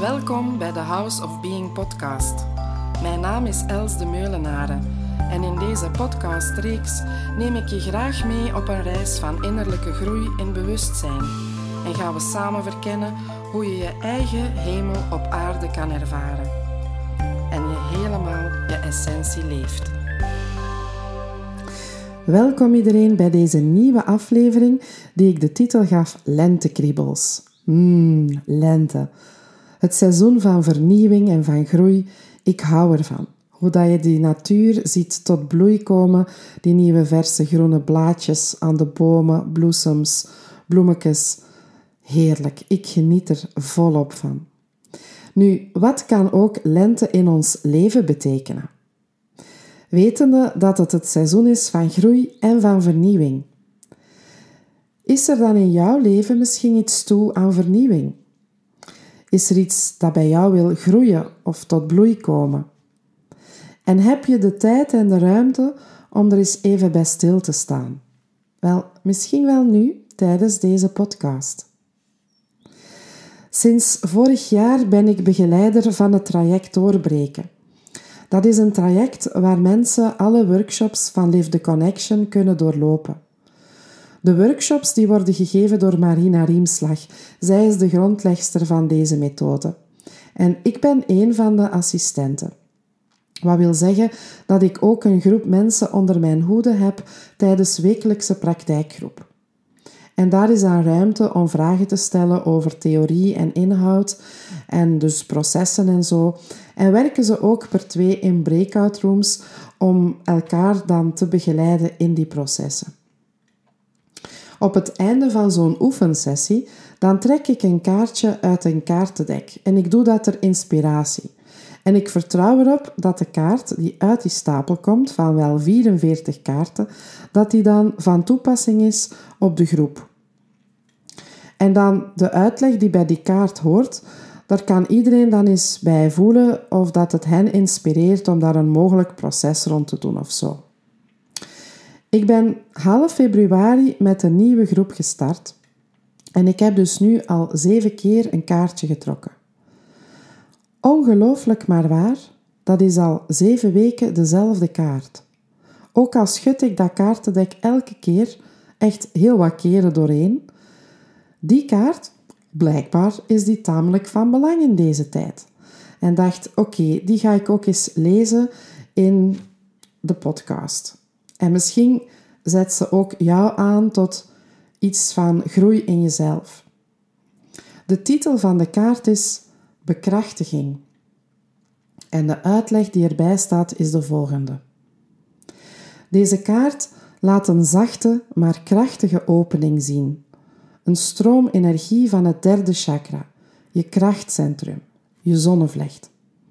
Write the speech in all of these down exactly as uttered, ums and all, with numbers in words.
Welkom bij de House of Being podcast. Mijn naam is Els de Meulenare en in deze podcastreeks neem ik je graag mee op een reis van innerlijke groei en bewustzijn en gaan we samen verkennen hoe je je eigen hemel op aarde kan ervaren en je helemaal je essentie leeft. Welkom iedereen bij deze nieuwe aflevering die ik de titel gaf Lentekriebels. Mmm, lente. Het seizoen van vernieuwing en van groei, ik hou ervan. Hoe dat je die natuur ziet tot bloei komen, die nieuwe verse groene blaadjes aan de bomen, bloesems, bloemetjes. Heerlijk, ik geniet er volop van. Nu, wat kan ook lente in ons leven betekenen? Wetende dat het het seizoen is van groei en van vernieuwing. Is er dan in jouw leven misschien iets toe aan vernieuwing? Is er iets dat bij jou wil groeien of tot bloei komen? En heb je de tijd en de ruimte om er eens even bij stil te staan? Wel, misschien wel nu, tijdens deze podcast. Sinds vorig jaar ben ik begeleider van het traject Doorbreken. Dat is een traject waar mensen alle workshops van Live the Connection kunnen doorlopen. De workshops die worden gegeven door Marina Riemslag. Zij is de grondlegster van deze methode. En ik ben een van de assistenten. Wat wil zeggen dat ik ook een groep mensen onder mijn hoede heb tijdens wekelijkse praktijkgroep. En daar is dan ruimte om vragen te stellen over theorie en inhoud en dus processen en zo. En werken ze ook per twee in breakout rooms om elkaar dan te begeleiden in die processen. Op het einde van zo'n oefensessie, dan trek ik een kaartje uit een kaartendek en ik doe dat ter inspiratie. En ik vertrouw erop dat de kaart die uit die stapel komt, van wel vierenveertig kaarten, dat die dan van toepassing is op de groep. En dan de uitleg die bij die kaart hoort, daar kan iedereen dan eens bij voelen of dat het hen inspireert om daar een mogelijk proces rond te doen of zo. Ik ben half februari met een nieuwe groep gestart en ik heb dus nu al zeven keer een kaartje getrokken. Ongelooflijk maar waar, dat is al zeven weken dezelfde kaart. Ook al schud ik dat kaartendek elke keer, echt heel wat keren doorheen, die kaart, blijkbaar is die tamelijk van belang in deze tijd. En dacht, oké, okay, die ga ik ook eens lezen in de podcast. En misschien zet ze ook jou aan tot iets van groei in jezelf. De titel van de kaart is Bekrachtiging. En de uitleg die erbij staat is de volgende. Deze kaart laat een zachte, maar krachtige opening zien. Een stroom energie van het derde chakra, je krachtcentrum, je zonnevlecht.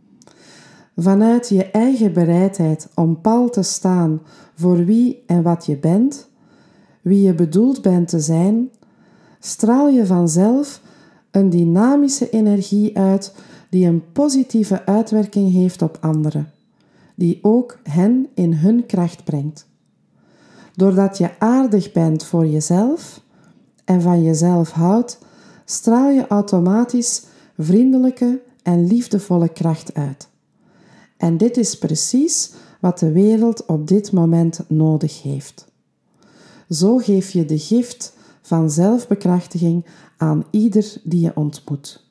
Vanuit je eigen bereidheid om pal te staan voor wie en wat je bent, wie je bedoeld bent te zijn, straal je vanzelf een dynamische energie uit die een positieve uitwerking heeft op anderen, die ook hen in hun kracht brengt. Doordat je aardig bent voor jezelf en van jezelf houdt, straal je automatisch vriendelijke en liefdevolle kracht uit. En dit is precies wat de wereld op dit moment nodig heeft. Zo geef je de gift van zelfbekrachtiging aan ieder die je ontmoet.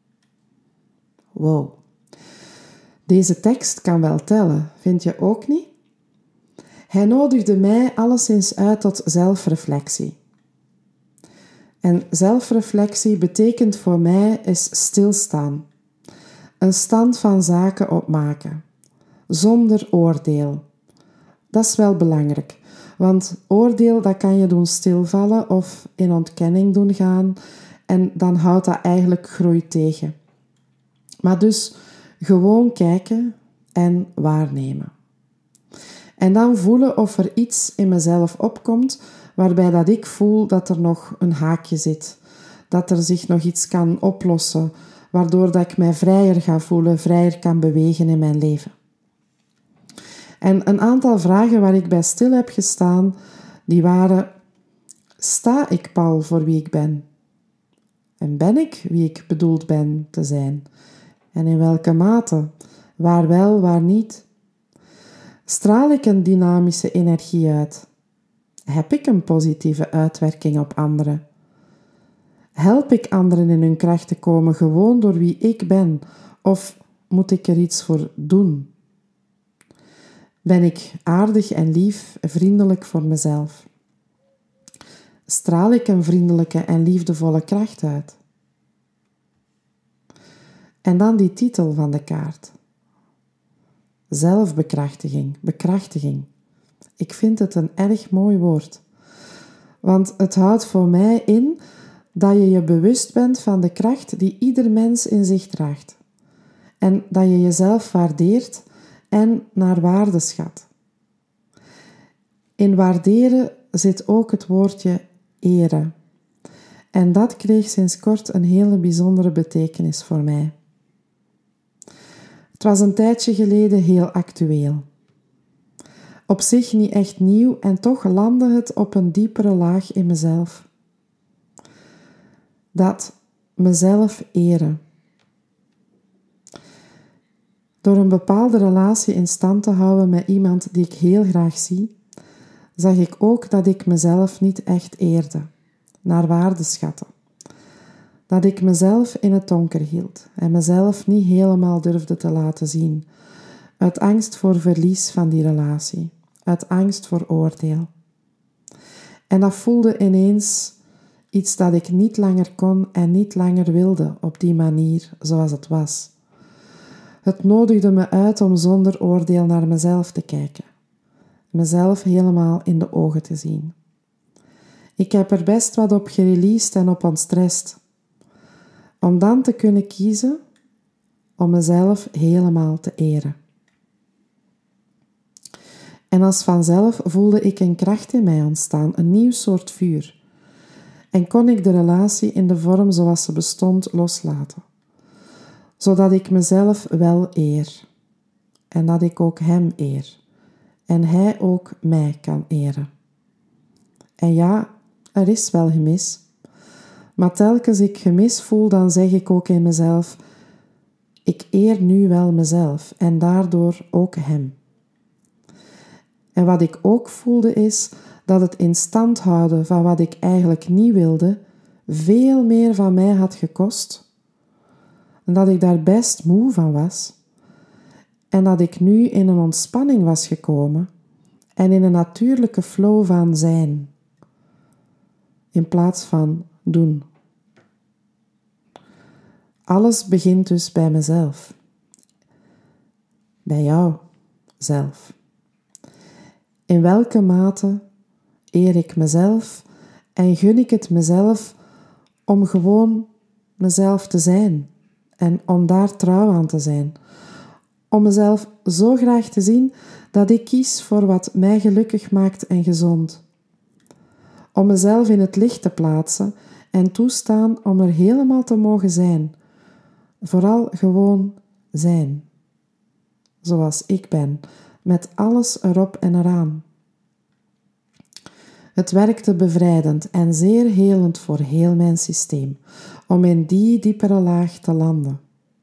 Wow. Deze tekst kan wel tellen, vind je ook niet? Hij nodigde mij alleszins uit tot zelfreflectie. En zelfreflectie betekent voor mij is stilstaan. Een stand van zaken opmaken. Zonder oordeel. Dat is wel belangrijk. Want oordeel, dat kan je doen stilvallen of in ontkenning doen gaan. En dan houdt dat eigenlijk groei tegen. Maar dus gewoon kijken en waarnemen. En dan voelen of er iets in mezelf opkomt waarbij dat ik voel dat er nog een haakje zit. Dat er zich nog iets kan oplossen, waardoor dat ik mij vrijer ga voelen, vrijer kan bewegen in mijn leven. En een aantal vragen waar ik bij stil heb gestaan, die waren: sta ik pal voor wie ik ben? En ben ik wie ik bedoeld ben te zijn? En in welke mate? Waar wel, waar niet? Straal ik een dynamische energie uit? Heb ik een positieve uitwerking op anderen? Help ik anderen in hun kracht te komen gewoon door wie ik ben? Of moet ik er iets voor doen? Ben ik aardig en lief, vriendelijk voor mezelf? Straal ik een vriendelijke en liefdevolle kracht uit? En dan die titel van de kaart. Zelfbekrachtiging, bekrachtiging. Ik vind het een erg mooi woord. Want het houdt voor mij in dat je je bewust bent van de kracht die ieder mens in zich draagt. En dat je jezelf waardeert en naar waarde schat. In waarderen zit ook het woordje eren. En dat kreeg sinds kort een hele bijzondere betekenis voor mij. Het was een tijdje geleden heel actueel. Op zich niet echt nieuw en toch landde het op een diepere laag in mezelf. Dat mezelf eren. Door een bepaalde relatie in stand te houden met iemand die ik heel graag zie, zag ik ook dat ik mezelf niet echt eerde, naar waarde schatte. Dat ik mezelf in het donker hield en mezelf niet helemaal durfde te laten zien, uit angst voor verlies van die relatie, uit angst voor oordeel. En dat voelde ineens iets dat ik niet langer kon en niet langer wilde op die manier zoals het was. Het nodigde me uit om zonder oordeel naar mezelf te kijken, mezelf helemaal in de ogen te zien. Ik heb er best wat op gereleased en op ontstrest, om dan te kunnen kiezen om mezelf helemaal te eren. En als vanzelf voelde ik een kracht in mij ontstaan, een nieuw soort vuur. En kon ik de relatie in de vorm zoals ze bestond loslaten. Zodat ik mezelf wel eer. En dat ik ook hem eer. En hij ook mij kan eren. En ja, er is wel gemis. Maar telkens ik gemis voel, dan zeg ik ook in mezelf: ik eer nu wel mezelf en daardoor ook hem. En wat ik ook voelde is dat het in stand houden van wat ik eigenlijk niet wilde, veel meer van mij had gekost. En dat ik daar best moe van was. En dat ik nu in een ontspanning was gekomen en in een natuurlijke flow van zijn. In plaats van doen. Alles begint dus bij mezelf. Bij jou zelf. In welke mate eer ik mezelf en gun ik het mezelf om gewoon mezelf te zijn en om daar trouw aan te zijn. Om mezelf zo graag te zien dat ik kies voor wat mij gelukkig maakt en gezond. Om mezelf in het licht te plaatsen en toestaan om er helemaal te mogen zijn. Vooral gewoon zijn. Zoals ik ben, met alles erop en eraan. Het werkte bevrijdend en zeer helend voor heel mijn systeem, om in die diepere laag te landen.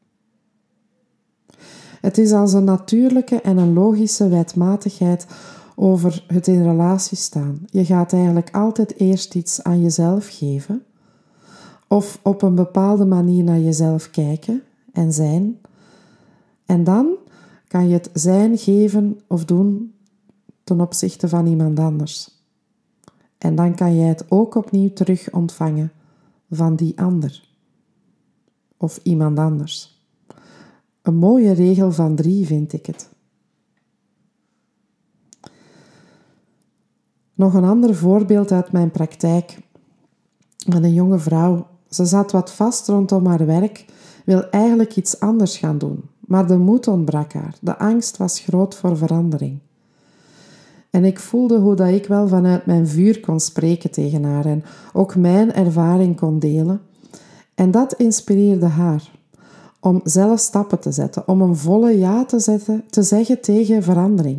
Het is als een natuurlijke en een logische wetmatigheid over het in relatie staan. Je gaat eigenlijk altijd eerst iets aan jezelf geven, of op een bepaalde manier naar jezelf kijken en zijn. En dan kan je het zijn geven of doen ten opzichte van iemand anders. En dan kan jij het ook opnieuw terug ontvangen van die ander. Of iemand anders. Een mooie regel van drie vind ik het. Nog een ander voorbeeld uit mijn praktijk. Met een jonge vrouw. Ze zat wat vast rondom haar werk, wil eigenlijk iets anders gaan doen. Maar de moed ontbrak haar. De angst was groot voor verandering. En ik voelde hoe dat ik wel vanuit mijn vuur kon spreken tegen haar en ook mijn ervaring kon delen. En dat inspireerde haar om zelf stappen te zetten, om een volle ja te, zetten, te zeggen tegen verandering.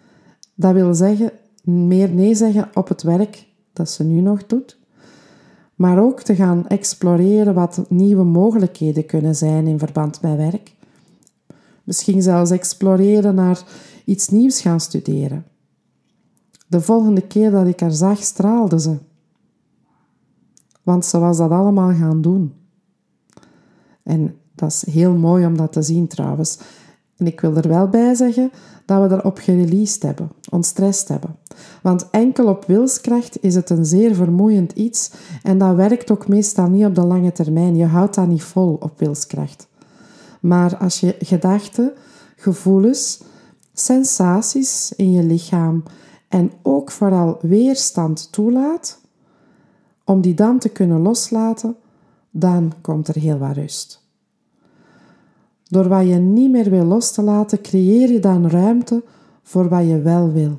Dat wil zeggen, meer nee zeggen op het werk dat ze nu nog doet, Maar ook te gaan exploreren wat nieuwe mogelijkheden kunnen zijn in verband met werk. Misschien zelfs exploreren naar iets nieuws gaan studeren. De volgende keer dat ik haar zag, straalde ze. Want ze was dat allemaal gaan doen. En dat is heel mooi om dat te zien trouwens. En ik wil er wel bij zeggen dat we erop gereleased hebben, ontstrest hebben. Want enkel op wilskracht is het een zeer vermoeiend iets en dat werkt ook meestal niet op de lange termijn. Je houdt dat niet vol op wilskracht. Maar als je gedachten, gevoelens, sensaties in je lichaam en ook vooral weerstand toelaat, om die dan te kunnen loslaten, dan komt er heel wat rust. Door wat je niet meer wil los te laten, creëer je dan ruimte voor wat je wel wil.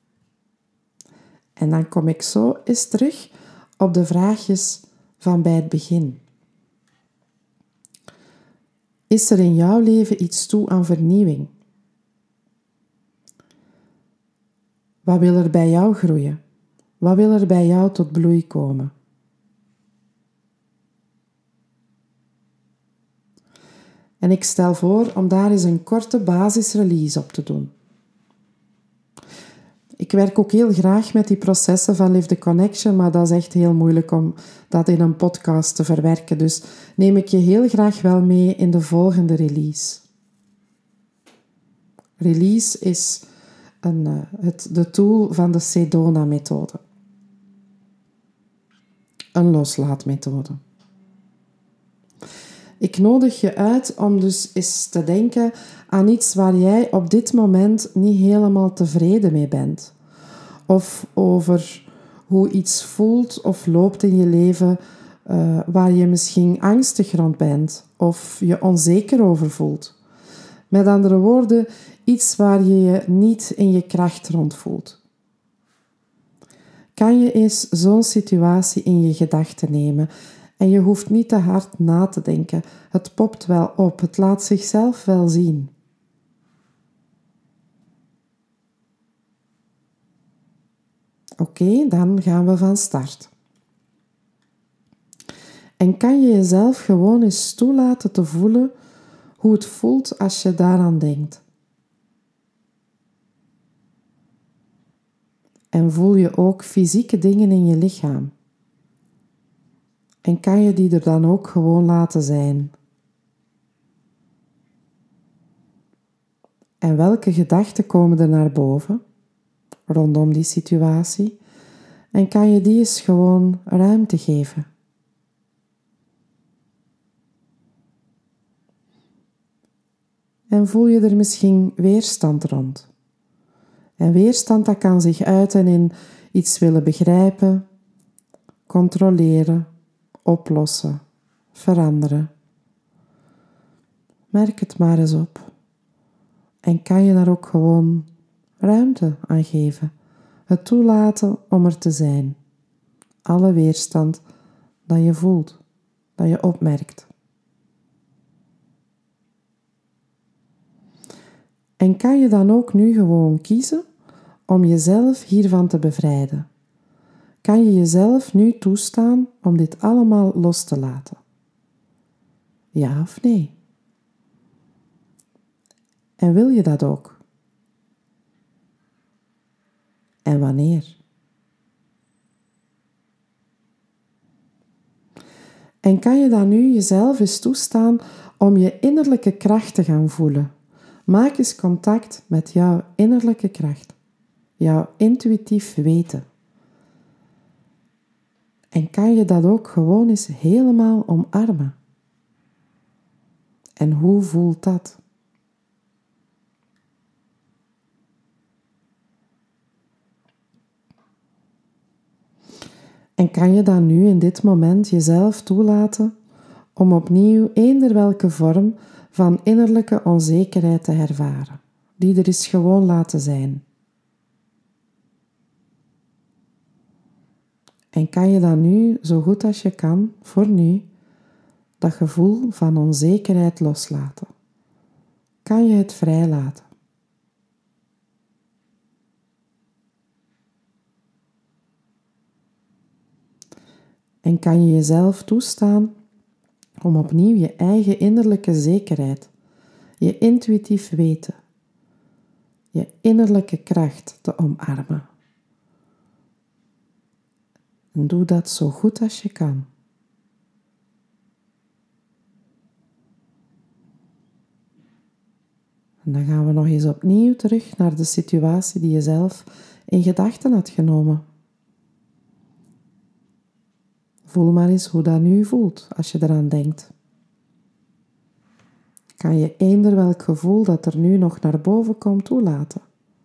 En dan kom ik zo eens terug op de vraagjes van bij het begin. Is er in jouw leven iets toe aan vernieuwing? Wat wil er bij jou groeien? Wat wil er bij jou tot bloei komen? En ik stel voor om daar eens een korte basisrelease op te doen. Ik werk ook heel graag met die processen van Live the Connection, maar dat is echt heel moeilijk om dat in een podcast te verwerken. Dus neem ik je heel graag wel mee in de volgende release. Release is een, uh, het, de tool van de Sedona-methode. Een loslaatmethode. Ik nodig je uit om dus eens te denken aan iets waar jij op dit moment niet helemaal tevreden mee bent. Of over hoe iets voelt of loopt in je leven uh, waar je misschien angstig rond bent of je onzeker over voelt. Met andere woorden, iets waar je je niet in je kracht rond voelt. Kan je eens zo'n situatie in je gedachten nemen? En je hoeft niet te hard na te denken. Het popt wel op. Het laat zichzelf wel zien. Oké, okay, dan gaan we van start. En kan je jezelf gewoon eens toelaten te voelen hoe het voelt als je daaraan denkt. En voel je ook fysieke dingen in je lichaam. En kan je die er dan ook gewoon laten zijn? En welke gedachten komen er naar boven rondom die situatie? En kan je die eens gewoon ruimte geven? En voel je er misschien weerstand rond? En weerstand dat kan zich uiten in iets willen begrijpen, controleren, oplossen, veranderen. Merk het maar eens op. En kan je daar ook gewoon ruimte aan geven. Het toelaten om er te zijn. Alle weerstand dat je voelt, dat je opmerkt. En kan je dan ook nu gewoon kiezen om jezelf hiervan te bevrijden? Kan je jezelf nu toestaan om dit allemaal los te laten? Ja of nee? En wil je dat ook? En wanneer? En kan je dan nu jezelf eens toestaan om je innerlijke kracht te gaan voelen? Maak eens contact met jouw innerlijke kracht. Jouw intuïtief weten. En kan je dat ook gewoon eens helemaal omarmen? En hoe voelt dat? En kan je dan nu in dit moment jezelf toelaten om opnieuw eender welke vorm van innerlijke onzekerheid te ervaren, die er is gewoon laten zijn? En kan je dan nu, zo goed als je kan, voor nu, dat gevoel van onzekerheid loslaten? Kan je het vrijlaten? En kan je jezelf toestaan om opnieuw je eigen innerlijke zekerheid, je intuïtief weten, je innerlijke kracht te omarmen. En doe dat zo goed als je kan. En dan gaan we nog eens opnieuw terug naar de situatie die je zelf in gedachten had genomen. Voel maar eens hoe dat nu voelt als je eraan denkt. Kan je eender welk gevoel dat er nu nog naar boven komt toelaten?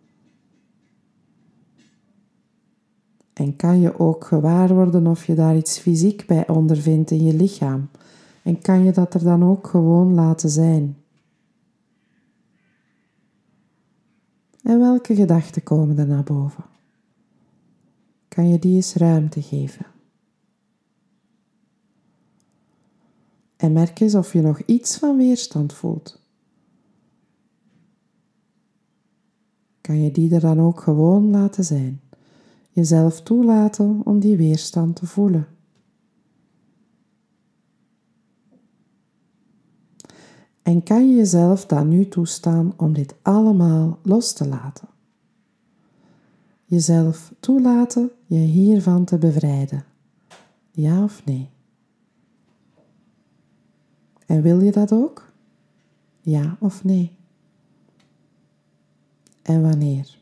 En kan je ook gewaar worden of je daar iets fysiek bij ondervindt in je lichaam? En kan je dat er dan ook gewoon laten zijn? En welke gedachten komen er naar boven? Kan je die eens ruimte geven? En merk eens of je nog iets van weerstand voelt. Kan je die er dan ook gewoon laten zijn? Jezelf toelaten om die weerstand te voelen. En kan je jezelf dan nu toestaan om dit allemaal los te laten? Jezelf toelaten je hiervan te bevrijden. Ja of nee? En wil je dat ook? Ja of nee? En wanneer?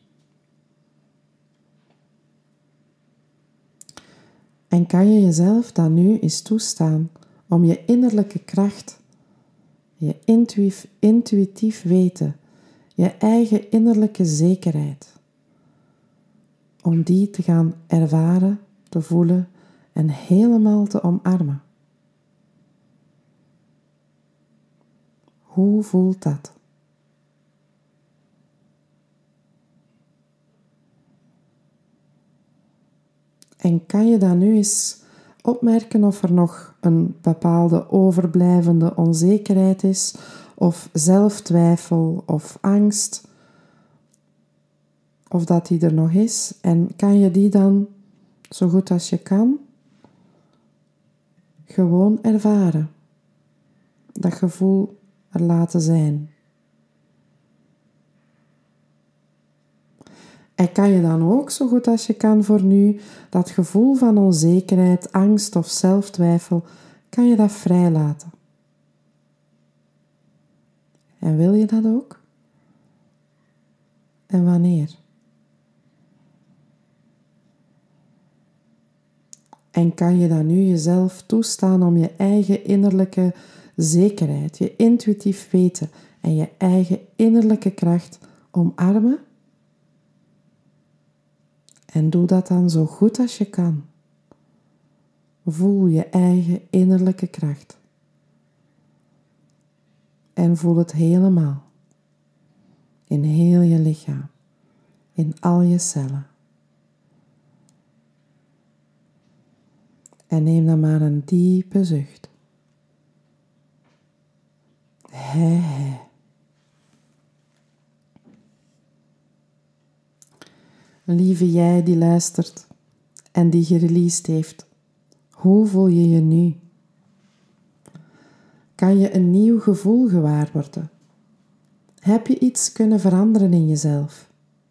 En kan je jezelf dan nu eens toestaan om je innerlijke kracht, je intuïtief, intuïtief weten, je eigen innerlijke zekerheid, om die te gaan ervaren, te voelen en helemaal te omarmen? Hoe voelt dat? En kan je dan nu eens opmerken of er nog een bepaalde overblijvende onzekerheid is, of zelftwijfel of angst, of dat die er nog is? En kan je die dan, zo goed als je kan, gewoon ervaren? Dat gevoel er laten zijn. En kan je dan ook zo goed als je kan voor nu dat gevoel van onzekerheid, angst of zelftwijfel, kan je dat vrijlaten? En wil je dat ook? En wanneer? En kan je dan nu jezelf toestaan om je eigen innerlijke zekerheid, je intuïtief weten en je eigen innerlijke kracht omarmen? En doe dat dan zo goed als je kan. Voel je eigen innerlijke kracht. En voel het helemaal. In heel je lichaam. In al je cellen. En neem dan maar een diepe zucht. He, he. Lieve jij die luistert en die gereleased heeft, hoe voel je je nu? Kan je een nieuw gevoel gewaar worden? Heb je iets kunnen veranderen in jezelf?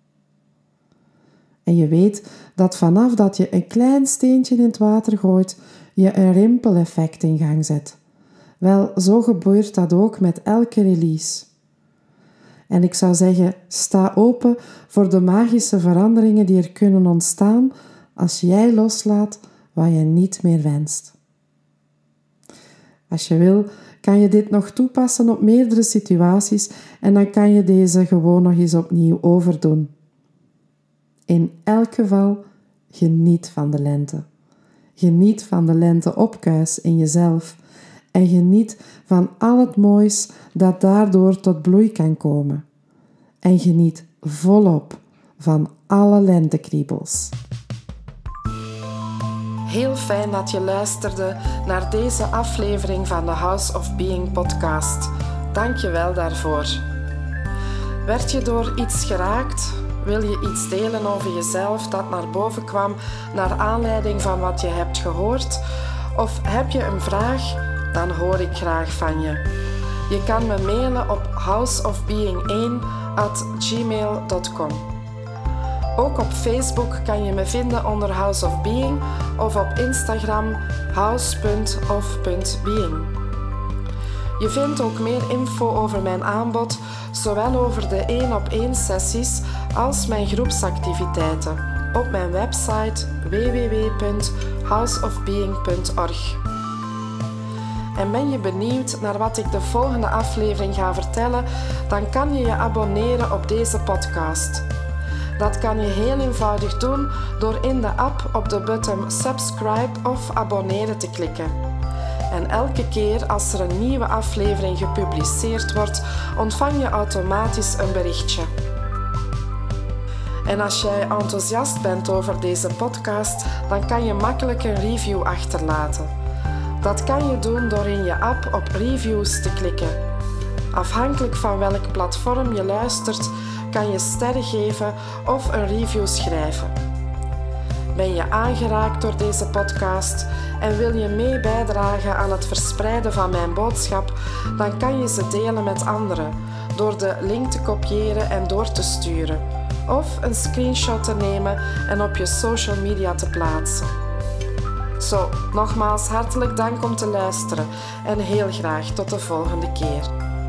En je weet dat vanaf dat je een klein steentje in het water gooit, je een rimpeleffect in gang zet. Wel, zo gebeurt dat ook met elke release. En ik zou zeggen, sta open voor de magische veranderingen die er kunnen ontstaan als jij loslaat wat je niet meer wenst. Als je wil, kan je dit nog toepassen op meerdere situaties en dan kan je deze gewoon nog eens opnieuw overdoen. In elk geval, geniet van de lente. Geniet van de lente opkuis in jezelf en geniet van al het moois dat daardoor tot bloei kan komen. En geniet volop van alle lentekriebels. Heel fijn dat je luisterde naar deze aflevering van de House of Being podcast. Dank je wel daarvoor. Werd je door iets geraakt? Wil je iets delen over jezelf dat naar boven kwam naar aanleiding van wat je hebt gehoord? Of heb je een vraag? Dan hoor ik graag van je. Je kan me mailen op houseofbeing één at gmail dot com. Ook op Facebook kan je me vinden onder House of Being of op Instagram house dot of dot being. Je vindt ook meer info over mijn aanbod, zowel over de één op één sessies als mijn groepsactiviteiten op mijn website w w w punt house of being punt org. En ben je benieuwd naar wat ik de volgende aflevering ga vertellen, dan kan je je abonneren op deze podcast. Dat kan je heel eenvoudig doen door in de app op de button subscribe of abonneren te klikken. En elke keer als er een nieuwe aflevering gepubliceerd wordt, ontvang je automatisch een berichtje. En als jij enthousiast bent over deze podcast, dan kan je makkelijk een review achterlaten. Dat kan je doen door in je app op reviews te klikken. Afhankelijk van welk platform je luistert, kan je sterren geven of een review schrijven. Ben je aangeraakt door deze podcast en wil je mee bijdragen aan het verspreiden van mijn boodschap, dan kan je ze delen met anderen door de link te kopiëren en door te sturen, of een screenshot te nemen en op je social media te plaatsen. Zo, nogmaals hartelijk dank om te luisteren en heel graag tot de volgende keer.